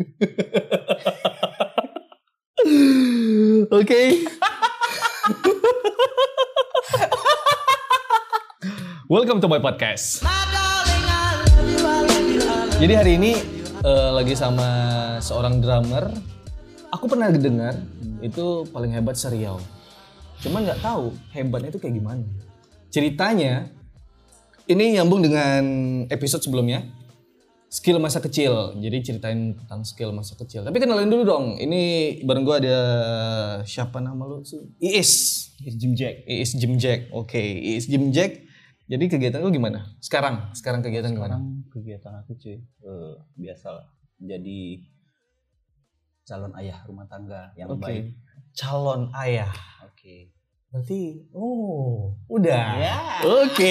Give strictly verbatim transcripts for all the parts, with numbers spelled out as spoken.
Oke. Welcome to my podcast. Jadi hari ini uh, lagi sama seorang drummer. Aku pernah dengar itu paling hebat se-Riau. Cuman nggak tahu hebatnya itu kayak gimana. Ceritanya ini nyambung dengan episode sebelumnya. Skill masa kecil. Jadi ceritain tentang skill masa kecil. Tapi kenalin dulu dong. Ini bareng gue ada siapa nama lu sih? Iis. Iis Jim Jack. Iis Jim Jack. Oke, okay. Iis Jim Jack. Jadi kegiatan lu gimana? Sekarang, sekarang kegiatan sekarang gimana? Kegiatan aku cuy, uh, biasa lah. Jadi calon ayah rumah tangga yang okay. baik. Calon ayah. Oke. Okay. Berarti, oh, udah. Ya. Oke.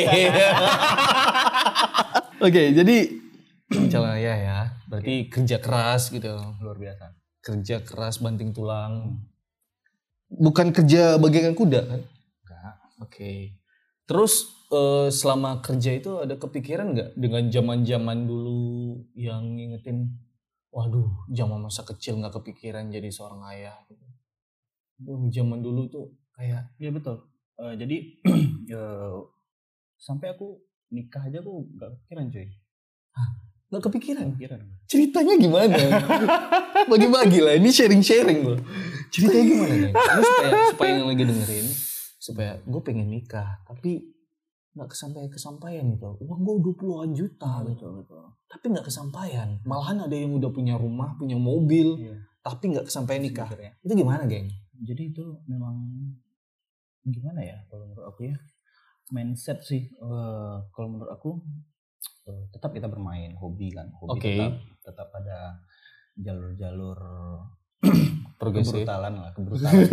Oke, jadi calon ayah ya. Berarti okay. kerja keras gitu. Luar biasa. Kerja keras banting tulang. Bukan kerja bagaikan kuda kan? Enggak. Oke. Okay. Terus Uh, selama kerja itu ada kepikiran nggak dengan zaman-zaman dulu yang ngingetin, waduh, zaman masa kecil nggak kepikiran jadi seorang ayah. Gitu. Duh, zaman dulu tuh kayak. Iya betul. Uh, jadi uh, sampai aku nikah aja aku nggak kepikiran cuy. Hah? Nggak kepikiran? Kepikiran. Ceritanya gimana? Bagi-bagi lah. Ini sharing-sharing loh. Ceritanya gimana nih? Ini supaya supaya yang lagi dengerin, supaya gue pengen nikah, tapi nggak kesampai kesampaian gitu. Uang gue dua puluhan juta gitu. Betul, betul. Tapi nggak kesampaian. Malahan ada yang udah punya rumah, punya mobil, iya. tapi nggak kesampaian nikah. Sebenernya. Itu gimana, geng? Jadi itu memang gimana ya kalau menurut aku ya, mindset sih. Uh, kalau menurut aku uh, tetap kita bermain, hobi kan. Hobi okay. tetap tetap ada jalur-jalur progresif, kebrutalan lah, kebrutalan.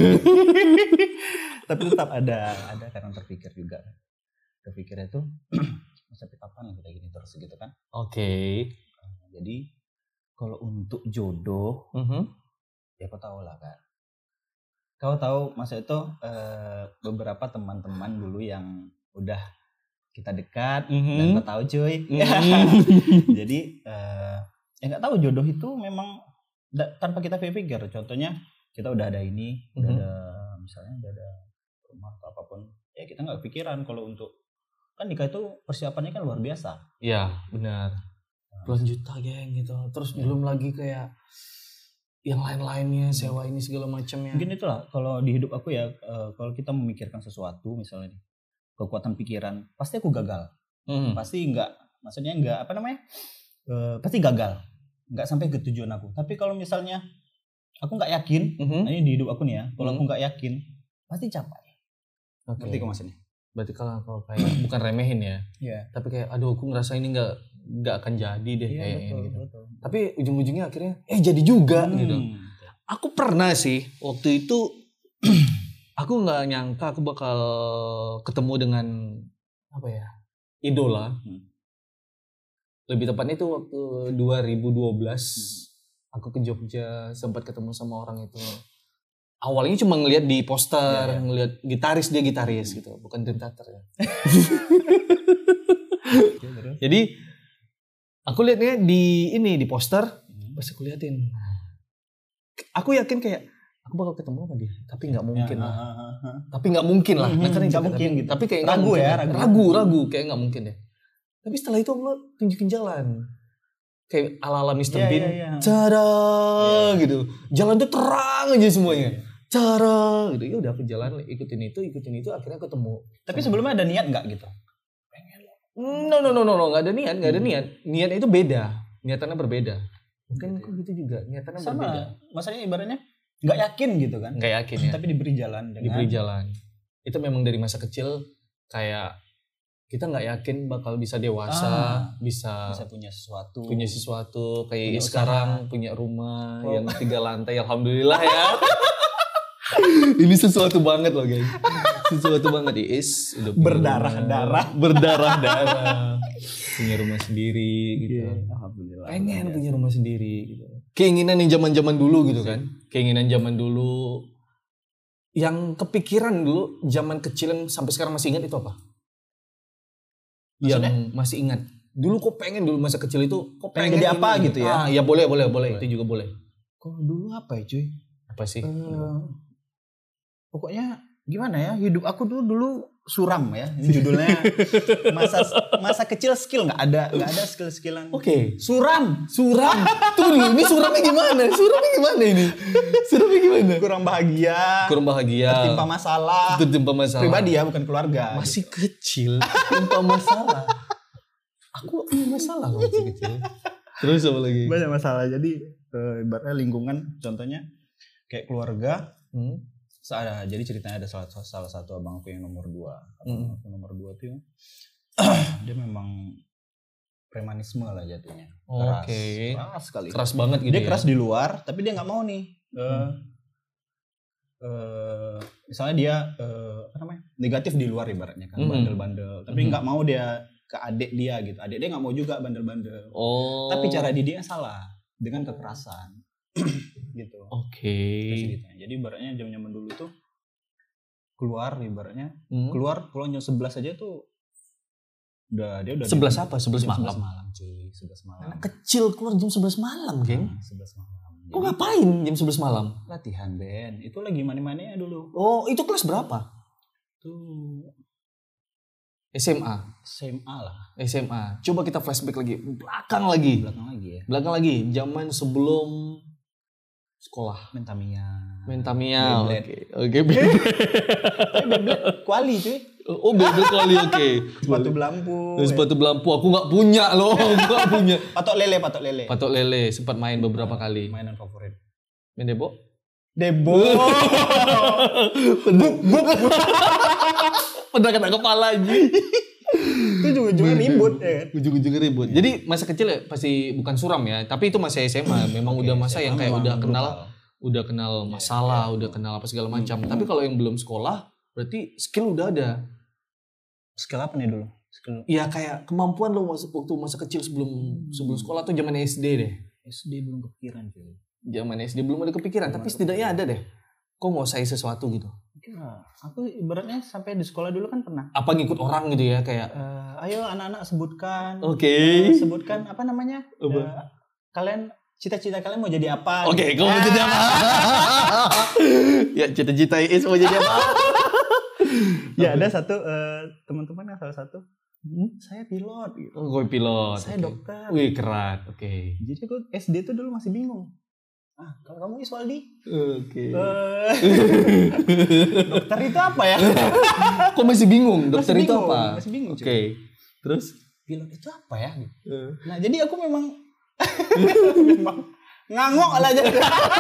Tapi tetap ada ada karena terpikir juga. Terpikirnya tuh sampai kapan kita gini terus gitu kan. Oke. Okay. Nah, jadi kalau untuk jodoh, mm-hmm. ya kau tahu lah kan. Kau tahu masa itu uh, beberapa teman-teman dulu yang udah kita dekat mm-hmm. dan kau tahu cuy. Mm-hmm. Jadi uh, ya nggak tahu jodoh itu memang da- tanpa kita pikir. Contohnya kita udah ada ini, mm-hmm. udah ada misalnya udah ada rumah atau apapun, ya kita nggak pikiran kalau untuk kan nikah itu persiapannya kan luar biasa. Iya benar. Puluhan juta geng gitu. Terus ya. Belum lagi kayak yang lain-lainnya, sewa ini segala macamnya. Mungkin itulah kalau di hidup aku ya, uh, kalau kita memikirkan sesuatu misalnya nih, kekuatan pikiran, pasti aku gagal. Hmm. Pasti enggak, maksudnya enggak apa namanya? Uh, pasti gagal. Enggak sampai ke tujuan aku. Tapi kalau misalnya aku enggak yakin, mm-hmm. nah ini di hidup aku nih ya, kalau mm-hmm. aku enggak yakin, pasti capai. Oke. Ngerti kok maksudnya? Berarti kalau, kalau kayak bukan remehin ya, yeah. tapi kayak aduh aku ngerasa ini nggak nggak akan jadi deh yeah, kayak ini gitu. Betul. Tapi ujung-ujungnya akhirnya eh jadi juga hmm. gitu. Aku pernah sih waktu itu aku nggak nyangka aku bakal ketemu dengan apa ya idola. Hmm. Lebih tepatnya itu waktu dua ribu dua belas hmm. aku ke Jogja sempat ketemu sama orang itu. Awalnya cuma ngelihat di poster, ya, ya. ngelihat gitaris dia gitaris hmm. gitu, bukan drum theater ya. Jadi aku lihatnya di ini di poster, hmm. pas aku liatin, aku yakin kayak aku bakal ketemu sama dia, tapi nggak mungkin ya, lah, ha, ha, ha. tapi nggak mungkin lah, hmm, nah, nggak mungkin tapi, gitu. Tapi kayak ragu ya, ragu. ragu, ragu, kayak nggak mungkin deh. Tapi setelah itu Allah tunjukin jalan. Kayak ala-ala mister yeah, Bean, yeah, yeah. cara yeah. gitu, jalan tuh terang aja semuanya, yeah. cara gitu. Ya udah aku jalan, ikutin itu, ikutin itu, akhirnya ketemu. Tapi sebelumnya ada niat nggak gitu? Pengen. No no no no no, nggak ada niat, nggak ada niat. Niat itu beda, niatannya berbeda. Mungkin aku gitu juga, niatannya sama, berbeda. Maksudnya ibaratnya nggak yakin gitu kan? Nggak yakin ya. Tapi diberi jalan. Dengan... Diberi jalan. Itu memang dari masa kecil kayak kita nggak yakin bakal bisa dewasa, ah, bisa bisa punya sesuatu, punya sesuatu kayak punya sekarang usaha. Punya rumah oh. yang tiga lantai, alhamdulillah ya. Ini sesuatu banget loh guys, sesuatu banget Iis, udah berdarah-darah, berdarah-darah, punya rumah sendiri gitu, yeah, alhamdulillah. Pengen ya. punya rumah sendiri, gitu. Keinginan yang zaman-zaman dulu gitu kan, keinginan zaman dulu, yang kepikiran dulu zaman kecil yang sampai sekarang masih ingat itu apa? Maksudnya? Yang masih ingat Dulu kok pengen dulu masa kecil itu kok pengen, pengen jadi apa gitu ya? Ah, ya boleh, boleh, boleh. Itu juga boleh. Kok dulu apa ya, cuy? Apa sih? Uh, pokoknya gimana ya? Hidup aku dulu dulu suram ya. Ini judulnya masa masa kecil skill nggak ada nggak ada skill-skillan. Oke. Okay. Suram, suram. Tunggu dulu, ini suramnya gimana? Suramnya gimana ini? Suramnya gimana? Kurang bahagia. Kurang bahagia. Tertimpa masalah. Tertimpa masalah. Pribadi ya, bukan keluarga. Masih gitu. Kecil. Tertimpa masalah. Aku punya masalah masih kecil. Terus apa lagi? Banyak masalah. Jadi uh, ibaratnya lingkungan, contohnya kayak keluarga. Hmm. Ada, jadi ceritanya ada salah, salah satu abang aku yang nomor dua. Abang hmm. aku nomor dua tuh dia memang premanisme lah jatuhnya. Keras. Oke. Okay. Keras sekali. Keras banget gitu. Dia ya? keras di luar, tapi dia nggak mau nih. Uh, hmm. uh, misalnya dia uh, apa namanya negatif di luar ibaratnya kan, hmm. bandel-bandel. Tapi nggak hmm. mau dia ke adik dia gitu. Adik dia nggak mau juga bandel-bandel. Oh. Tapi cara didiknya salah dengan kekerasan. Gitu. Oke. Okay. Jadi ibaratnya zaman-zaman dulu tuh keluar ibaratnya hmm. keluar pulang jam sebelas aja tuh udah dia udah sebelas apa? sebelas malam. sebelas malam cuy, sebelas malam. Anak kecil keluar jam sebelas malam, geng. Nah, sebelas malam. Kok ngapain jam sebelas malam? Latihan band. Itu lagi mana-mananya dulu. Oh, itu kelas berapa? Tuh S M A. S M A lah. S M A. Coba kita flashback lagi. Belakang lagi. Belakang lagi ya. Belakang lagi. Zaman sebelum sekolah. Main Tamiya. Main Tamiya. Oke. Oke. Beyblade kuali cuy. Oh, Beyblade kuali, oke. Okay. Sepatu belampu. Sepatu belampu. Aku nggak punya loh. Aku nggak punya. Patok lele, patok lele. Patok lele. Sempat main beberapa kali. Mainan favorit. Main debo? Debo. Buk, buk. Pernah kena kepala aja. Itu juga-juga ribut ya kan? Ujung-ujungnya ribut. Jadi masa kecil ya pasti bukan suram ya, tapi itu masih S M A. Memang okay, udah masa yang kayak udah kenal brutal. udah kenal masalah, yeah, yeah. udah kenal apa segala macam. Hmm. Tapi kalau yang belum sekolah, berarti skill udah ada. Skill apa nih dulu? Skill. Iya kayak kemampuan lo waktu masa kecil sebelum hmm. sebelum sekolah tuh zaman S D deh. S D belum kepikiran cuy. Zaman S D belum ada kepikiran, belum tapi ada setidaknya kepikiran. ada deh. Kok mau saya sesuatu gitu? Nah, aku ibaratnya sampai di sekolah dulu kan pernah. Apa ngikut orang gitu ya kayak? Uh, ayo anak-anak sebutkan. Oke. Okay. Uh, sebutkan apa namanya? Apa? Uh, kalian cita-cita kalian mau jadi apa? Oke, okay, kamu mau jadi apa? Ya cita-cita Is mau jadi apa? Ya ada satu uh, teman-teman yang salah satu. Hmm, saya pilot. Gitu. Oh, gue pilot. Saya okay. dokter. Wih keren. Oke. Okay. Jadi aku S D tuh dulu masih bingung. Ah, kalau kamu Iswaldi, oke. Okay. Uh, dokter itu apa ya? Kok masih bingung? Dokter masih itu bingung, apa? Masih bingung. Oke. Okay. Terus pilot itu apa ya? Uh. Nah, jadi aku memang memang ngangok lah jadi.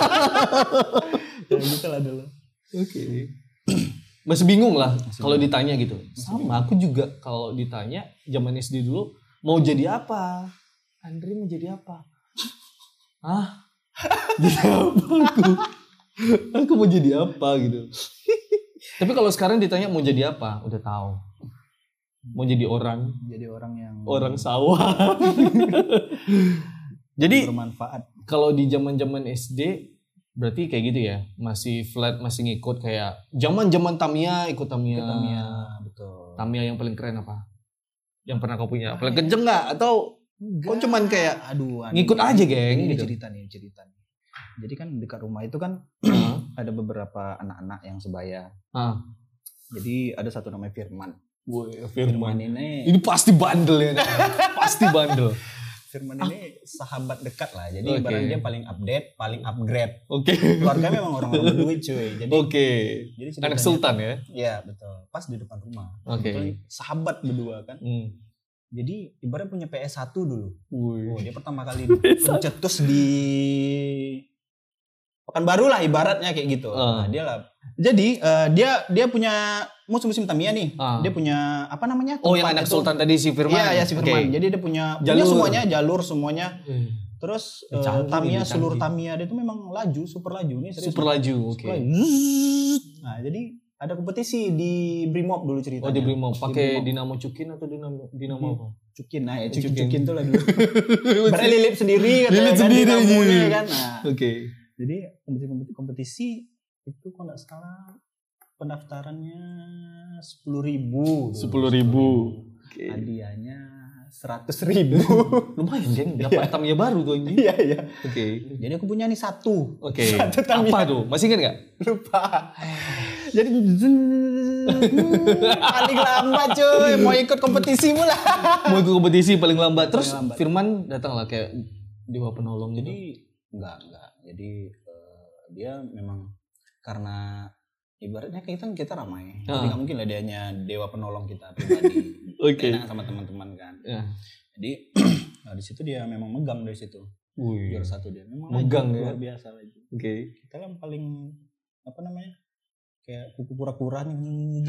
Ya gitu lah dulu. Oke. Okay. Masih bingung lah kalau ditanya gitu. Masih Sama bingung. Aku juga kalau ditanya zaman S D dulu mau jadi apa? Andri mau jadi apa? Ah? Jadi apa aku? Aku mau jadi apa gitu. Tapi kalau sekarang ditanya mau jadi apa, udah tahu. Mau jadi orang. Jadi orang yang orang sawah. Jadi bermanfaat. Kalau di zaman-zaman S D berarti kayak gitu ya, masih flat, masih ngikut kayak zaman-zaman Tamiya, ikut Tamiya. Ikut Tamiya, betul. Tamiya yang paling keren apa? Yang pernah kau punya? Paling kenceng nggak? Atau Enggak. Kok cuman kayak aduh, ngikut ini, aja geng ini gitu. cerita nih cerita nih. Jadi kan dekat rumah itu kan ada beberapa anak-anak yang sebaya. Ah. Jadi ada satu namanya Firman. Woy, Firman. Firman ini ini pasti bandel ya. Pasti bandel. Firman ini ah. sahabat dekat lah. Jadi okay. Barang dia paling update, paling upgrade. Oke. Okay. Keluarga memang orang-orang berduit cuy. Jadi Oke. Okay. Jadi anak sultan ya? Iya betul. Pas di depan rumah. Oke. Okay. Sahabat berdua kan. Hmm. Jadi ibaratnya punya P S satu dulu. Wih. Oh, dia pertama kali pencetus di Pekanbaru lah ibaratnya kayak gitu. Uh. Nah, dia lah. Jadi uh, dia dia punya musim-musim Tamiya nih. Uh. Dia punya apa namanya? Oh, yang anak itu. Sultan tadi si Firman. Iya, ya si Firman. Okay. Jadi dia punya jalur. punya semuanya, jalur semuanya. Hmm. Terus uh, canggih, Tamiya seluruh Tamiya dia itu memang laju, super laju nih. Super laju, oke. Okay. Nah, jadi ada kompetisi di Brimob dulu ceritanya. Oh di Brimob, pakai Dinamo Cukin atau Dinamo Dinamo apa? Cukin, nah ya Cukin Cukin tuh lah dulu. Berlilip sendiri katanya Lilip kan sendiri Dinamonya kan. Nah, oke. Okay. Jadi kompetisi kompetisi itu kalau nggak salah pendaftarannya sepuluh ribu. Sepuluh ribu. Okay. Hadiahnya seratus ribu. Lumayan Jeng, dapat Tamiya baru tuh anjing. Iya iya. Oke. Okay. Jadi aku punya nih satu. Oke. Okay. Satu Tamiya. Apa tuh? Masih ingat nggak? Lupa. Jadi paling lambat cuy, mau ikut kompetisi mula. Mau ikut kompetisi paling lambat. Terus paling lambat. Firman datang lah kayak dewa penolong. Jadi gitu. enggak enggak. Jadi uh, dia memang karena ibaratnya kita kita ramai. Ah. Jadi nggak mungkin lah dianya dewa penolong kita pribadi. Oke. Enak sama teman-teman kan. Ya. Jadi nah di situ dia memang megang dari situ. Wih. Juara satu dia. Memang megang laju, ya. Luar biasa lagi. Oke. Okay. Kita yang paling apa namanya? Kayak kuku kura-kura nih.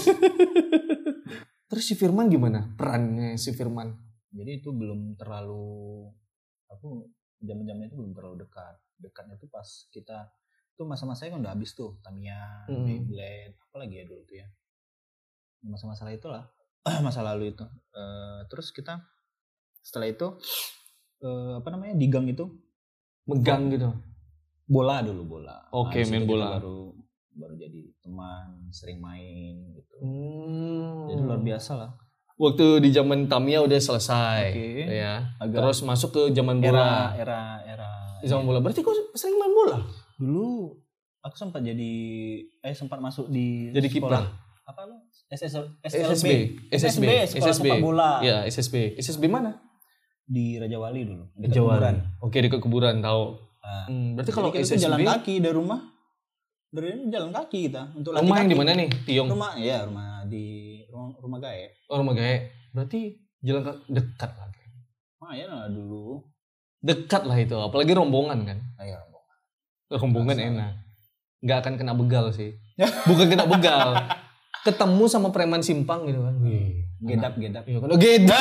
Terus si Firman gimana? Perannya si Firman? Jadi itu belum terlalu aku zaman-zaman itu belum terlalu dekat. Dekatnya tuh pas kita itu masa-masanya kan udah habis tuh Tamiya, hmm. Beyblade, apa lagi ya dulu tuh ya. Masa-masa itulah. Masa lalu itu. Uh, terus kita setelah itu uh, apa namanya? Di gang itu megang gitu. Bola dulu bola. Oke, okay, nah, main bola. Baru baru jadi teman, sering main gitu. Hmm. Jadi luar biasa lah. Waktu di zaman Tamiya udah selesai, okay. ya. Agak terus masuk ke zaman bola. Era, era, era. Zaman bola. Berarti kok sering main bola? Dulu aku sempat jadi, eh sempat masuk di. Jadi kiper. Apa lo? S S B. S S B. S S B. Sekolah sepak bola. Ya, S S B. S S B mana? Di Raja Wali dulu. Di kuburan. Oke, di kuburan tahu. Nah, hmm, berarti kalau S S B jalan kaki dari rumah. Dari ini jalan kaki kita untuk latihan. Rumah yang di mana nih, Tiong? Rumah ya, rumah di rumah, rumah Gae. Oh, rumah Gae. Berarti jalan kaki dekat lah. Lumayan lah dulu. Dekat lah itu, apalagi rombongan kan. Iya, rombongan. Rombongan Masa. Enak. Nggak akan kena begal sih. Bukan kena begal. Ketemu sama preman simpang gitu kan. Wih, gedap-gedap. Iya kan. Oh, gedap.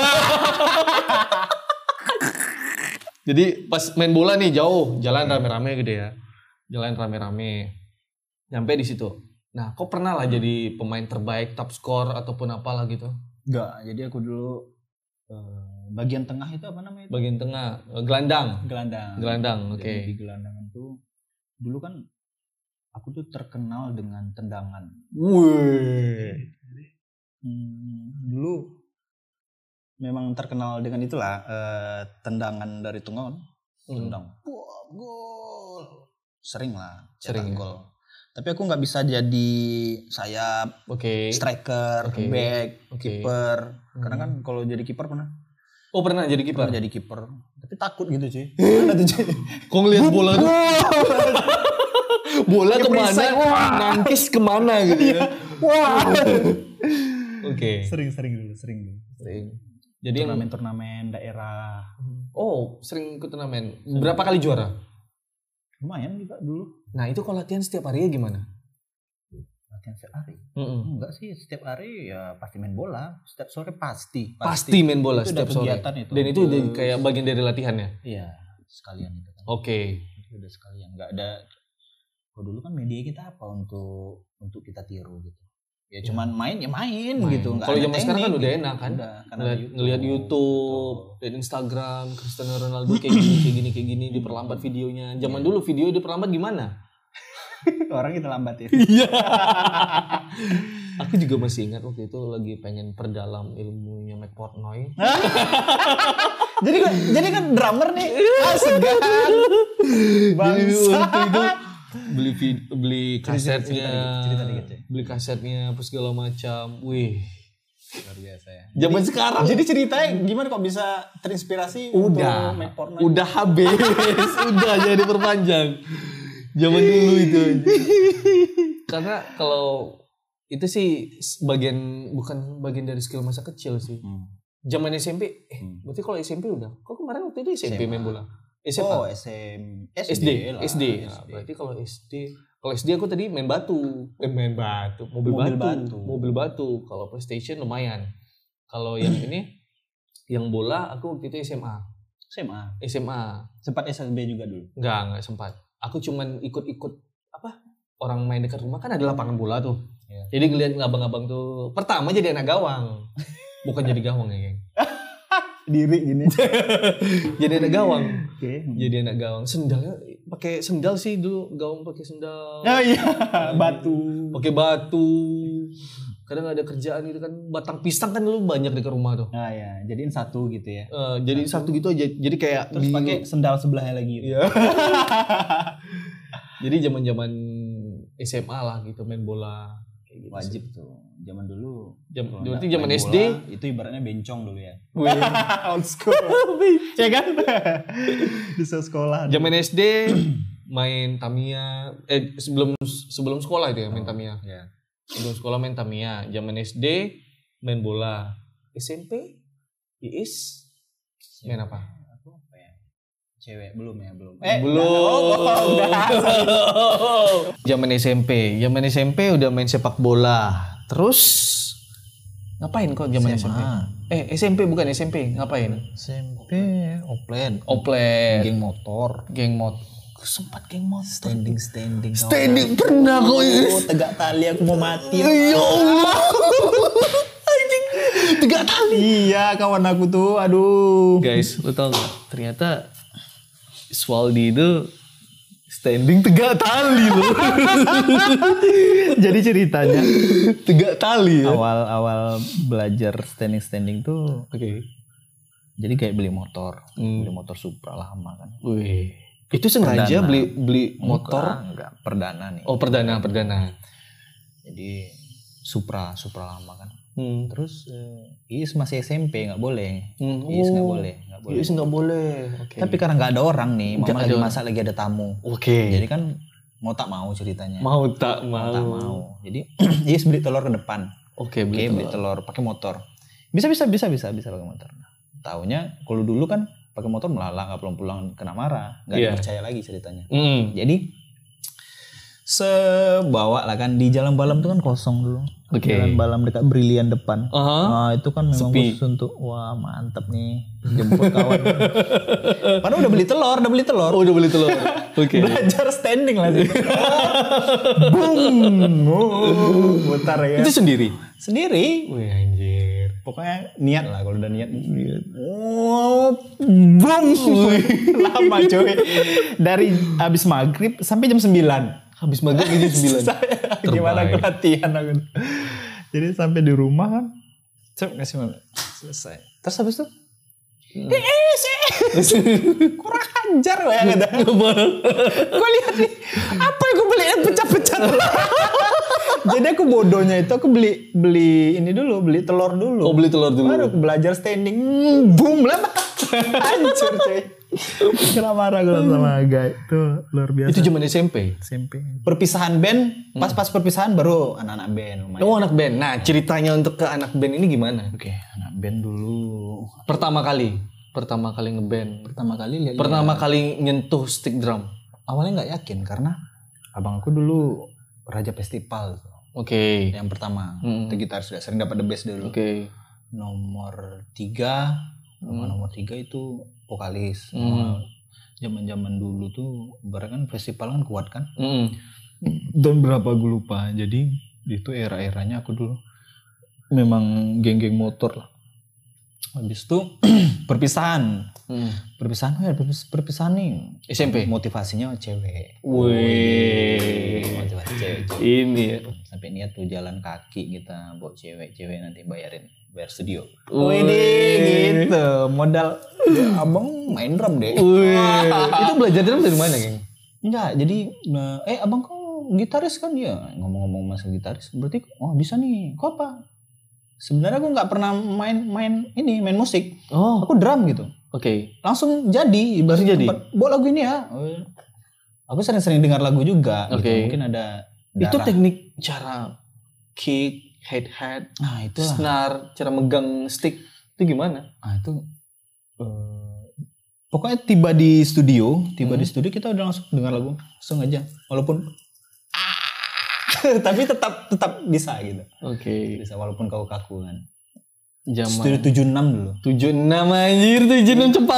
Jadi pas main bola nih jauh, jalan rame-rame gitu ya. Jalan rame-rame. Nyampe di situ. Nah, kok pernah lah hmm. jadi pemain terbaik, top skor ataupun apalah gitu? Enggak, jadi aku dulu uh, bagian tengah itu apa namanya itu? Bagian tengah, gelandang. Gelandang. Gelandang, oke. Okay. Di gelandangan tuh dulu kan aku tuh terkenal dengan tendangan. Wih. Hmm, dulu memang terkenal dengan itulah uh, tendangan dari tunggal. Hmm. Tendang. Wah, gol. Sering lah, sering gol. Ya. Tapi aku nggak bisa jadi sayap, okay. striker, okay. back, okay. kiper. Hmm. Karena kan kalau jadi kiper pernah. Oh pernah jadi kiper. Pernah jadi kiper. Tapi takut gitu cuy. Mana tuh cuy? Kok ngeliat bola tuh? Bola kemana? Nangkis kemana gitu ya? Wah. Oke. Sering-sering dulu, sering dulu. Sering. Jadi turnamen-turnamen daerah. Oh sering ikut turnamen. Berapa kali juara? Lumayan juga dulu. Nah itu kalau latihan setiap hari gimana? Latihan setiap hari? Mm-mm. Enggak sih, setiap hari ya pasti main bola. Setiap sore pasti. Pasti, pasti main bola itu setiap sore. Itu. Dan itu udah kayak bagian dari latihannya? Iya, sekalian itu kan. Oke. Okay. Itu udah sekalian. Enggak ada. Kalau dulu kan media kita apa untuk untuk kita tiru gitu. Ya cuman ya. main ya main, main. gitu. Kalau zaman sekarang kan udah enak kan. Udah, ngeliat YouTube, ngeliat YouTube dan Instagram Cristiano Ronaldo kayak gini kayak gini kayak gini diperlambat videonya. Zaman yeah. dulu video diperlambat gimana? Orang kita lambatin. Iya. Aku juga masih ingat waktu itu lagi pengen perdalam ilmunya Mike Portnoy. jadi kan jadi kan drummer nih. Ah, segan. Bangsa. Waktu itu beli vid- beli kasetnya, cerita, cerita dikit, cerita beli kasetnya, apa segala macam. Wih, luar biasa ya. Zaman jadi, sekarang. Jadi ceritanya gimana kok bisa terinspirasi udah, untuk Mike Portnoy? Udah habis, udah jadi perpanjang. Zaman dulu itu. Karena kalau itu sih bagian bukan bagian dari skill masa kecil sih. Hmm. Zaman S M P, eh, hmm. berarti kalau S M P udah. Kok kemarin waktu itu S M P main bola? S M A. Oh, S M S D. S D. Lah. S D. Nah, berarti kalau S D, kalau S D aku tadi main batu, eh, main batu, mobil, mobil batu. batu, mobil batu. Kalau PlayStation lumayan. Kalau yang ini, yang bola aku waktu itu S M A. S M A. S M A. Sempat S S B juga dulu. Enggak, enggak sempat. Aku cuman ikut-ikut apa? Orang main dekat rumah kan ada lapangan bola tuh. Ya. Jadi ngeliat abang-abang tuh. Pertama jadi anak gawang. Bukan jadi gawang ya, geng. Diri gini. Jadi anak gawang. Okay. Jadi anak gawang. Sendalnya pakai sendal sih dulu, gawang pakai sendal. Oh iya, batu. Pakai batu. kadang ada kerjaan gitu kan, batang pisang kan dulu banyak di rumah tuh. Nah ya, jadiin satu gitu ya. Uh, jadi satu. satu gitu aja. Jadi kayak terus pakai sendal sebelahnya lagi. Gitu. Iya. Jadi zaman-zaman S M A lah gitu main bola kayak gitu. Wajib sih. Tuh. Zaman dulu. Jam, berarti zaman S D bola, itu ibaratnya bencong dulu ya. Old school. Ya kan? Di sekolah. Zaman S D main Tamiya, eh sebelum sebelum sekolah itu ya main Tamiya. Oh, ya. Sebelum sekolah main Tamiya. Zaman S D main bola. S M P, I S main apa? Aku apa ya? Cewek belum ya belum. Eh belum. Oh, udah. Zaman S M P, zaman S M P udah main sepak bola. Terus ngapain kok zaman S M P? Eh S M P bukan S M P, ngapain? S M P oplen. Oplen. Geng motor. Geng motor. Sempat geng motor. Standing standing. Standing pernah kok. Oh, tegak tali aku mau mati. Ya Allah. Tegak tali. Iya kawan aku tuh, aduh. Guys, lo tau gak? Ternyata Swaldi itu standing tegak tali loh. Jadi ceritanya tegak tali ya. Awal-awal belajar standing-standing tuh, oke. Okay. Jadi kayak beli motor, hmm. beli motor Supra lama kan. Wih. Itu sengaja perdana. beli beli motor? Enggak, enggak, perdana nih. Oh perdana, perdana. Jadi Supra, Supra lama kan. Hmm. Terus uh, I S masih S M P nggak boleh, hmm. I S nggak boleh, nggak boleh. I S nggak boleh. Okay. Tapi karena nggak ada orang nih, mama lagi masak lagi ada tamu. Oke. Okay. Jadi kan mau tak mau ceritanya. Mau tak mau. Mau tak mau. Jadi I S beli telur ke depan. Oke, okay, beli, okay, beli telur pakai motor. Bisa bisa bisa bisa bisa pakai motor. Nah, taunya kalau dulu kan pakai motor melalang nggak pulang-pulang kena marah, nggak yeah. percaya lagi ceritanya. Mm. Jadi sebawa lah kan di jalan Balam itu kan kosong dulu. Okay. Jalan Balam dekat Brilian depan. Uh-huh. Nah itu kan memang khusus untuk wah mantap nih jemput kawan. Padahal udah beli telur, udah beli telur. Oh udah beli telur. Oke. Okay. Belajar standing lah sih. Boom. Oh, mutar ya. Itu sendiri. Sendiri. Wih anjir. Pokoknya niat lah kalau udah niat. Oh, boom. Lama coy. Dari habis maghrib sampai jam sembilan. Habis maghrib jam sembilan. Gimana aku latihan aku. Jadi sampai di rumah kan. Cep kasih mana? Selesai. Terus habis itu hmm. eh, kurang ajar lah ya kata. Gue lihat nih apa yang gue beli pecah-pecah. Jadi aku bodohnya itu aku beli beli ini dulu, beli telur dulu. Oh beli telur dulu. Baru aku belajar standing, boom lah, hancur coy. Kena marah gue sama guys. Itu luar biasa. Itu zaman S M P. S M P. Perpisahan band, pas-pas perpisahan baru anak-anak band. Lumayan. Oh anak band. Nah ceritanya untuk ke anak band ini gimana? Oke, okay, anak band dulu. Pertama kali, pertama kali ngeband. Pertama kali lihat. Pertama kali nyentuh stick drum. Awalnya nggak yakin karena abang aku dulu raja festival. Oke. Okay. Yang pertama, hmm. itu gitaris sudah sering dapat the best dulu. Oke. Okay. Nomor tiga, hmm. nomor tiga itu vokalis. Hmm. Zaman-zaman dulu tuh, ibarat kan festival kan kuat kan. Hmm. Dan berapa gue lupa. Jadi itu era-eranya aku dulu memang geng-geng motor lah. Habis itu perpisahan. Hmm. Perpisahan ya perpisahan nih. S M P. Motivasinya cewek. Wih. Motivasi cewek. Ini ya. Sampai niat tuh jalan kaki kita bawa cewek-cewek nanti bayarin bayar studio. Wih gitu. Modal ya, abang main drum deh. Wih. Itu belajar drum dari mana, Geng? Enggak, jadi eh abang kau gitaris kan ya. Ngomong-ngomong masa gitaris, berarti oh bisa nih. Kau apa? Sebenarnya aku nggak pernah main-main ini, main musik. Oh, aku drum gitu. Oke. Okay. Langsung jadi, langsung jadi. Bawa lagu ini ya. Aku sering-sering dengar lagu juga. Oke. Okay. Gitu. Mungkin ada. Darah. Itu teknik cara kick, hi-hat, nah itu snare, cara megang stick itu gimana? Ah itu. Uh, pokoknya tiba di studio, tiba hmm. di studio kita udah langsung dengar lagu, langsung aja. Walaupun tapi tetap tetap bisa gitu. Oke. Okay. Bisa walaupun kau kaku kan. Zaman Studio tujuh puluh enam dulu. tujuh puluh enam anjir, tujuh puluh enam cepat.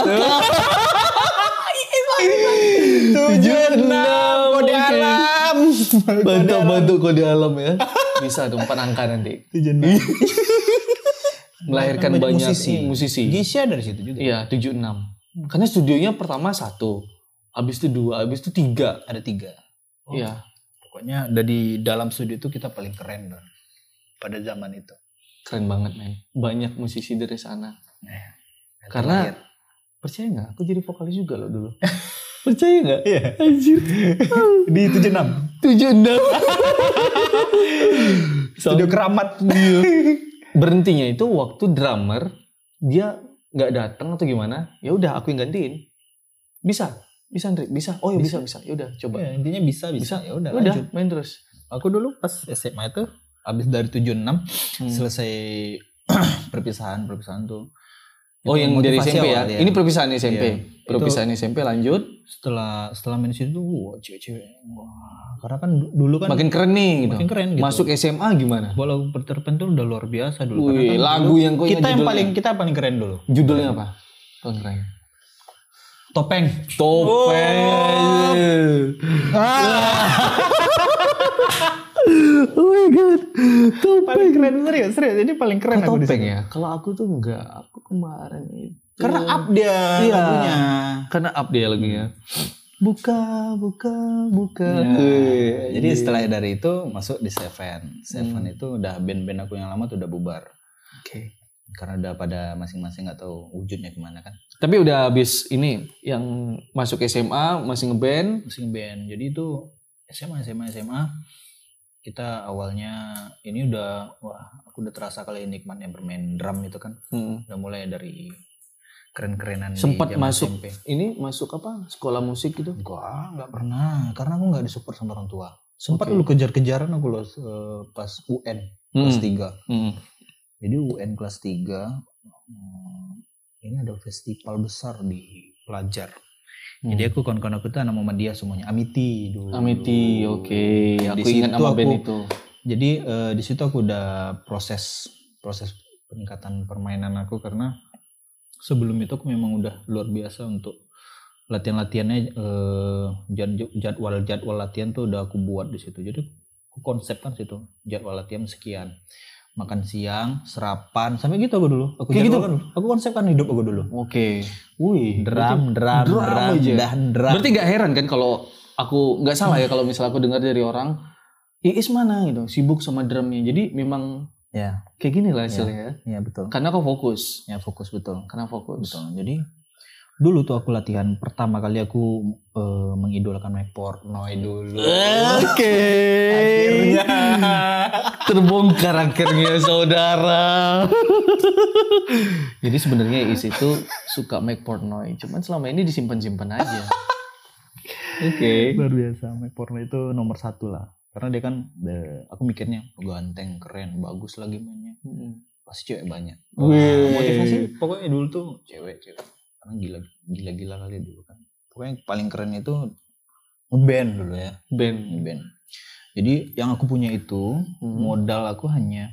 tujuh puluh enam kode alam. Bantu-bantu kode alam ya. Bisa tuh empat angka nanti. tujuh puluh enam Melahirkan banyak, banyak musisi. musisi. Gisha dari situ juga. Iya, tujuh puluh enam. Karena studionya pertama satu, habis itu dua, habis itu tiga. Ada tiga. Iya. Oh. Pokoknya dari dalam studio itu kita paling keren kan. pada zaman itu. Keren banget men. Banyak musisi dari sana. Nah, karena terakhir. percaya nggak? Aku jadi vokalis juga loh dulu. Percaya nggak? Iya. Anjir. Di tujuh enam tujuh enam Studio Keramat. Berhentinya itu waktu drummer dia nggak datang atau gimana? Ya udah aku yang gantiin. Bisa, bisa Andri, bisa. Oh ya bisa, bisa. Ya udah coba. Ya, intinya bisa, bisa. Bisa. Ya udah, udah lanjut. main terus. Aku dulu pas S M A itu habis dari tujuh enam hmm. selesai perpisahan perpisahan tuh. Oh yang dari S M P ya? ya. Ini perpisahan S M P. Iya. Perpisahan S M P lanjut. Setelah setelah main situ, wah cewek-cewek. Wah, karena kan dulu kan makin keren nih gitu. Makin keren gitu. Masuk S M A gimana? Bola Peter Pan tuh udah luar biasa dulu. Wih, kan lagu dulu, yang kau kita yang judulnya. paling kita paling keren dulu. Judulnya apa? Paling keren. Topeng. Topeng. Oh, ah. Oh my god. Topeng. Paling keren serius, serius. Ini paling keren Kau aku topeng di ya. Kalau aku tuh enggak, aku kemarin itu. Karena up dia iya, lagunya. Karena up dia lagunya. Buka, buka, buka. Ya, jadi setelah dari itu masuk di Seven. Seven hmm. itu udah band-band aku yang lama tuh udah bubar. Oke. Okay. Karena udah pada masing-masing nggak tahu wujudnya kemana kan. Tapi udah habis ini yang masuk S M A masih ngeband, masih ngeband. Jadi itu S M A S M A S M A kita awalnya ini udah wah aku udah terasa kali nikmatnya bermain drum itu kan. Hmm. Udah mulai dari keren-kerenan. Sempat masuk S M P. Ini masuk apa? Sekolah musik gitu? Enggak, enggak pernah. Karena aku enggak disupport sama orang tua. Sempat okay. dulu kejar-kejaran aku loh uh, pas U N hmm. kelas tiga. Hmm. Jadi U N kelas tiga hmm, ini ada festival besar di Pelajar. Hmm. Jadi aku kawan-kawan aku tuh anak Muhammadiyah semuanya. Amiti dulu. Amiti, oke. Okay. Aku ingat nama band itu. Jadi uh, di situ aku udah proses proses peningkatan permainan aku karena sebelum itu aku memang udah luar biasa untuk latihan-latihannya eh, jadwal-jadwal latihan tuh udah aku buat di situ. Jadi aku konsepkan situ jadwal latihan sekian, makan siang, sarapan, sampai gitu aku dulu. Aku gitu. Kan, aku konsepkan hidup aku dulu. Oke. Okay. Wih, drum, drum, drum, drum, aja. Dan drum. Berarti gak heran kan kalau aku nggak salah ya kalau misalnya aku dengar dari orang, Iis mana gitu, sibuk sama drumnya. Jadi memang ya kayak gini lah hasilnya ya. Iya betul. Karena kau fokus. Ya fokus betul. Karena fokus. Betul. Jadi dulu tuh aku latihan pertama kali aku uh, mengidolakan Mike Portnoy dulu. Oke. Okay. Akhirnya terbongkar akhirnya saudara. Jadi sebenarnya Is itu suka Mike Portnoy, cuman selama ini disimpan-simpan aja. Oke. Okay. Luar biasa, Mike Portnoy itu nomor satu lah. Karena dia kan, aku mikirnya ganteng, keren, bagus lagi mainnya. Hmm. Pasti cewek banyak. Wah, motivasi pokoknya dulu tuh cewek-cewek. Karena gila, gila-gila kali dulu kan. Pokoknya paling keren itu ngeband dulu ya. Band. Ngeband. Jadi yang aku punya itu, hmm. modal aku hanya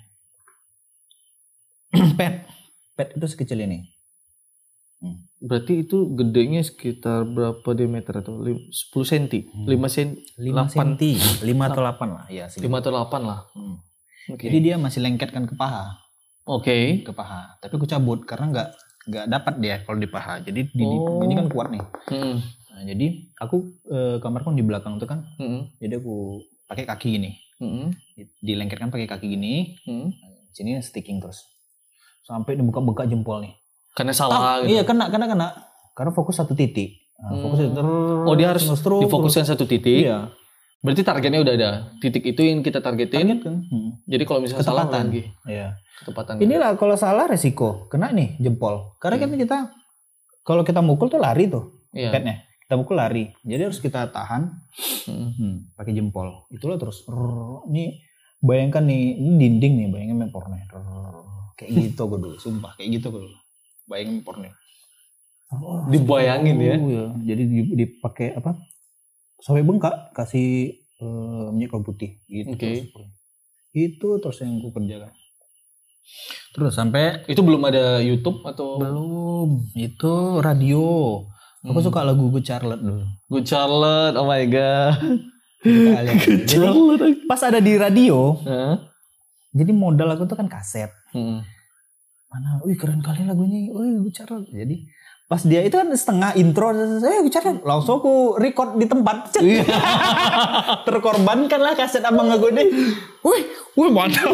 pet. Pet itu sekecil ini. Hmm. Berarti itu gedenya sekitar berapa diameter atau sepuluh sentimeter, hmm. lima sentimeter, lima sentimeter, lima atau delapan lah, ya. lima atau delapan lah. Hmm. Okay. Jadi dia masih lengket kan ke paha. Oke. Okay. Ke paha. Tapi aku cabut karena nggak nggak dapat dia kalau di paha. Jadi di, oh. ini kan kuat nih. Hmm. Nah, jadi aku eh, kamarku di belakang tuh kan. Hmm. Jadi aku pakai kaki gini. Hmm. Dilengketkan pakai kaki gini. Hmm. Sini sticking terus. Sampai dibuka-buka jempol nih. Karena salah ah, gitu. Iya kena kena kena karena fokus satu titik. Nah, hmm. fokus itu terus. Oh dia harus terus, difokuskan terus. Satu titik. Iya. Berarti targetnya udah ada. Titik itu yang kita targetin. Target kan. Hmm. Jadi kalau misalnya salah lagi. Iya. Ketepatan. Inilah kalau salah resiko kena nih jempol. Karena hmm. kan kita kalau kita mukul tuh lari tuh. Iya. Petnya. Kita mukul lari. Jadi harus kita tahan. Hmm. Hmm. Pakai jempol. Itulah terus. Ini bayangkan nih ini dinding nih, bayangin main porno. Kayak gitu gue dulu, sumpah kayak gitu gue dulu. Bayangin porno. Oh, dibayangin oh, ya. ya. Jadi dipakai apa? Sampai bengkak, kasih uh, minyak kayu putih gitu. Oke. Okay. Itu terus yang gue kerjakan. Terus sampai itu belum ada YouTube atau belum. Itu radio. Hmm. Aku suka lagu Good Charlotte dulu. Good Charlotte, oh my god. Good Charlotte. Pas ada di radio, huh? Jadi modal aku tuh kan kaset. Hmm. Mana, wih keren kali lagunya, wih bicara. Jadi Pas dia itu kan setengah intro, eh bicara langsung aku record di tempat. Terkorbankan lah kaset abang aku deh. Wih, wih mantap.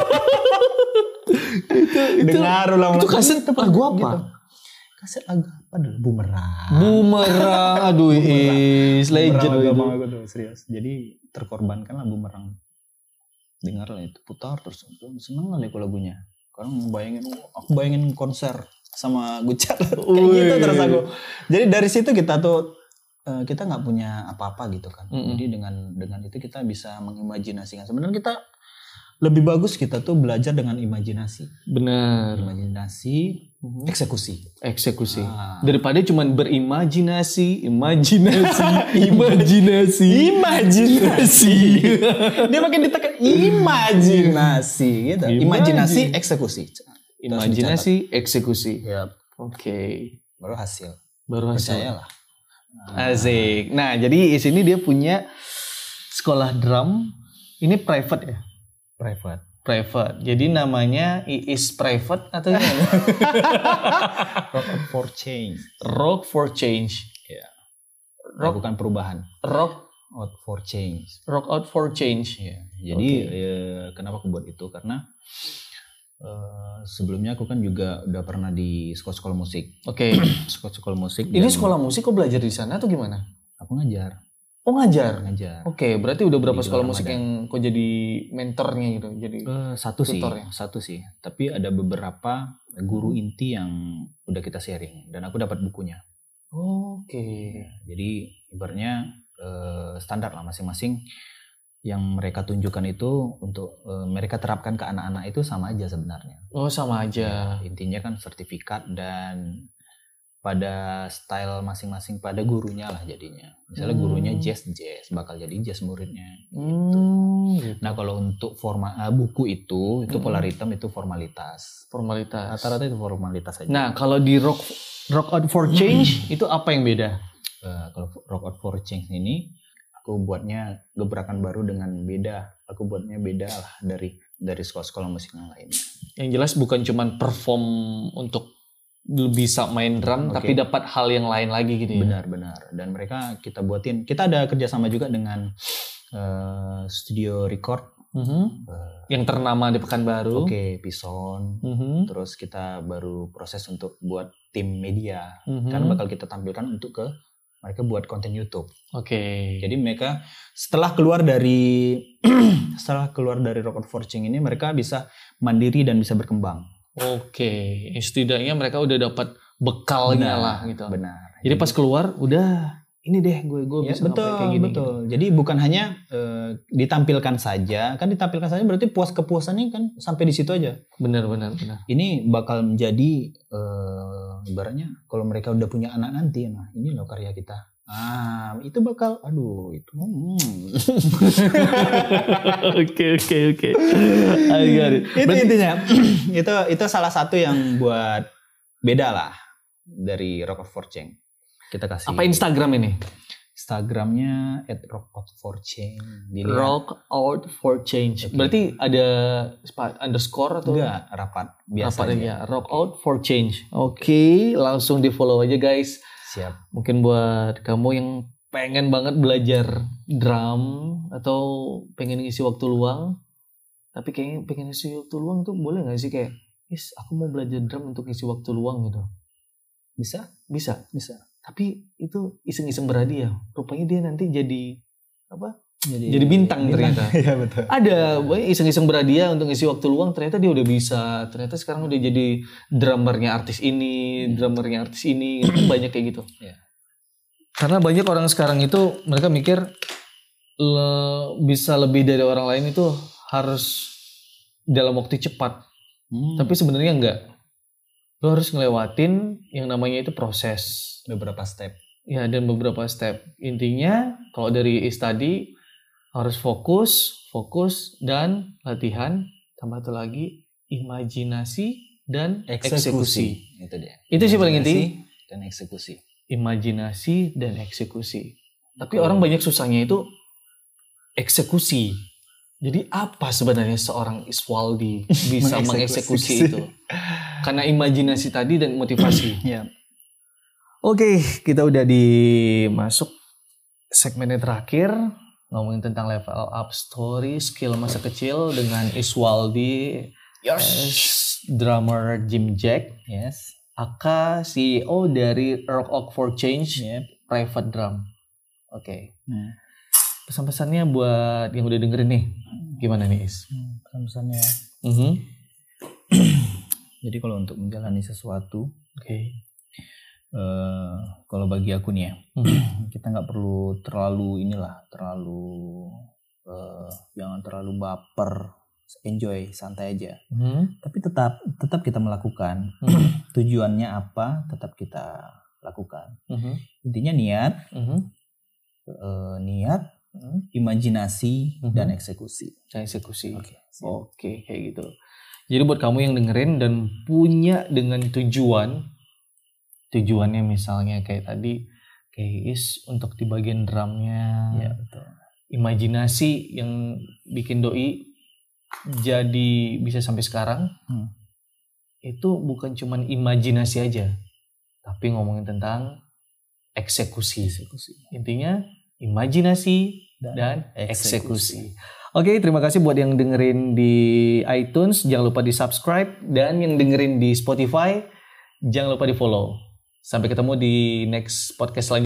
itu itu dengar ulang. Itu kaset lagu apa? Gitu. Kaset lagu apa dulu? Bumerang. Bumerang, aduh is legend itu. Abang aku tuh serius. Jadi terkorbankan lah Bumerang. Dengar lah itu putar terus seneng lah aku lagunya. Karena bayangin, aku bayangin konser sama Gucat kayak gitu terus aku. Jadi dari situ kita tuh uh, kita nggak punya apa-apa gitu kan. Mm-hmm. Jadi dengan dengan itu kita bisa mengimajinasikan. Sebenarnya kita lebih bagus kita tuh belajar dengan imajinasi. Benar. Imajinasi, mm-hmm. eksekusi. Eksekusi. Ah. Daripada cuman berimajinasi, imajinasi, imajinasi, imajinasi. Dia makin ditekan imajinasi gitu. Imajinasi, eksekusi. Imajinasi, eksekusi. Yep. Oke. Okay. Baru hasil. Baru hasil. Percayalah. Nah. Asik. Nah, jadi di sini dia punya sekolah drum. Ini private ya? Private. Private. Jadi namanya Iis Private atau gimana? Rock Out for Change. Rock for Change. Ya. Rock bukan perubahan. Rock Out for Change. Rock Out for Change. Ya. Jadi okay. ya, kenapa aku buat itu? Karena Uh, sebelumnya aku kan juga udah pernah di sekolah-sekolah musik. Oke. Okay. Sekolah-sekolah musik. Ini sekolah musik kok belajar di sana atau gimana? Aku ngajar. Oh ngajar? Ngajar. Oke, okay, berarti udah berapa di sekolah musik yang kok jadi mentornya gitu? Jadi uh, satu tutornya. sih, satu sih. Tapi ada beberapa guru inti yang udah kita sharing dan aku dapat bukunya. Oh, Oke. Okay. Ya, jadi ibaratnya uh, standar lah masing-masing. Yang mereka tunjukkan itu untuk e, mereka terapkan ke anak-anak itu sama aja sebenarnya. Oh sama aja. Ya, intinya kan sertifikat dan pada style masing-masing pada gurunya lah jadinya. Misalnya hmm. gurunya jazz jazz bakal jadi jazz muridnya. Hmm, gitu. Nah kalau untuk forma uh, buku itu itu hmm. polaritem itu formalitas. Formalitas. Rata-rata itu formalitas aja. Nah kalau di rock rock out for change itu apa yang beda? Uh, kalau rock out for change ini aku buatnya gebrakan baru dengan beda. Aku buatnya beda lah dari dari sekolah-sekolah musik yang lainnya. Yang jelas bukan cuma perform untuk bisa main drum, okay. tapi dapat hal yang lain lagi gitu ya. Benar-benar. Dan mereka kita buatin. Kita ada kerjasama juga dengan uh, studio record. Mm-hmm. Uh, yang ternama di Pekanbaru. Oke, okay, Pison. Mm-hmm. Terus kita baru proses untuk buat tim media. Mm-hmm. Karena bakal kita tampilkan untuk ke mereka buat konten YouTube. Oke. Okay. Jadi mereka setelah keluar dari setelah keluar dari Rock Out for Change ini mereka bisa mandiri dan bisa berkembang. Oke. Okay. Setidaknya mereka udah dapat bekalnya benar, lah gitu. Benar. Jadi pas keluar udah ini deh gue gue ya, bisa betul, kayak gini. Betul. Gitu. Jadi bukan hanya uh, ditampilkan saja, kan ditampilkan saja berarti puas kepuasannya kan sampai di situ aja. Benar benar benar. Ini bakal menjadi uh, ibaratnya kalau mereka udah punya anak nanti, nah ini loh karya kita. Ah, itu bakal aduh itu. Oke oke oke. Itu intinya. itu itu salah satu yang buat beda lah dari Rock Out for Change. Kita kasih. Apa Instagram ini? Instagramnya at rock out for change. Dilihat. Rock out for change. Okay. Berarti ada underscore atau? Enggak, rapat. Biasa rapat aja. Rock out for change. Oke, okay. Langsung di follow aja guys. Siap. Mungkin buat kamu yang pengen banget belajar drum atau pengen ngisi waktu luang, tapi kayaknya pengen ngisi waktu luang tuh boleh nggak sih kayak, yes, aku mau belajar drum untuk ngisi waktu luang gitu. Bisa? Bisa, bisa. Tapi itu iseng-iseng berhadiah. Rupanya dia nanti jadi apa? Jadi, jadi bintang, bintang ternyata. Iya betul. Ada iseng-iseng berhadiah untuk ngisi waktu luang. Ternyata dia udah bisa. Ternyata sekarang udah jadi drummernya artis ini, hmm. drummernya artis ini. Banyak kayak gitu. Ya. Karena banyak orang sekarang itu mereka mikir le, bisa lebih dari orang lain itu harus dalam waktu cepat. Hmm. Tapi sebenarnya enggak. Lo harus ngelewatin yang namanya itu proses. Beberapa step. Ya, dan beberapa step. Intinya kalau dari is tadi harus fokus, fokus dan latihan. Tambah satu lagi imajinasi dan eksekusi. eksekusi. Itu dia. Itu sih paling inti. Dan eksekusi. Imajinasi dan eksekusi. Tapi oh. orang banyak susahnya itu eksekusi. Jadi apa sebenarnya seorang Iswaldi bisa mengeksekusi itu? Karena imajinasi tadi dan motivasi. Ya. Oke, kita udah di masuk segmennya terakhir. Ngomongin tentang level up story, skill masa kecil dengan Iswaldi. Yes. Drummer Jim Jack. Yes. Aka C E O dari Earth Oak for Change. Yep. Private Drum. Oke. Okay. Hmm. Pesan-pesannya buat yang udah dengerin nih. Gimana nih Is? Hmm, pesan-pesannya ya. Mm-hmm. Jadi kalau untuk menjalani sesuatu. Oke. Okay. Uh, kalau bagi aku nih ya, hmm. kita nggak perlu terlalu inilah, terlalu uh, jangan terlalu baper, enjoy, santai aja. Hmm. Tapi tetap tetap kita melakukan. Hmm. Tujuannya apa, tetap kita lakukan. Hmm. Intinya niat, hmm. uh, niat, hmm. imajinasi hmm. dan eksekusi. Dan eksekusi. Oke, okay. Oke, okay, kayak gitu. Jadi buat kamu yang dengerin dan punya dengan tujuan. Tujuannya misalnya kayak tadi kayak is untuk di bagian drumnya, ya, betul. Imajinasi yang bikin doi jadi bisa sampai sekarang, hmm. itu bukan cuman imajinasi aja, tapi ngomongin tentang eksekusi. eksekusi. Intinya imajinasi dan, dan eksekusi. eksekusi. Oke, terima kasih buat yang dengerin di iTunes, jangan lupa di subscribe, dan yang dengerin di Spotify jangan lupa di follow. Sampai ketemu di next podcast selanjutnya.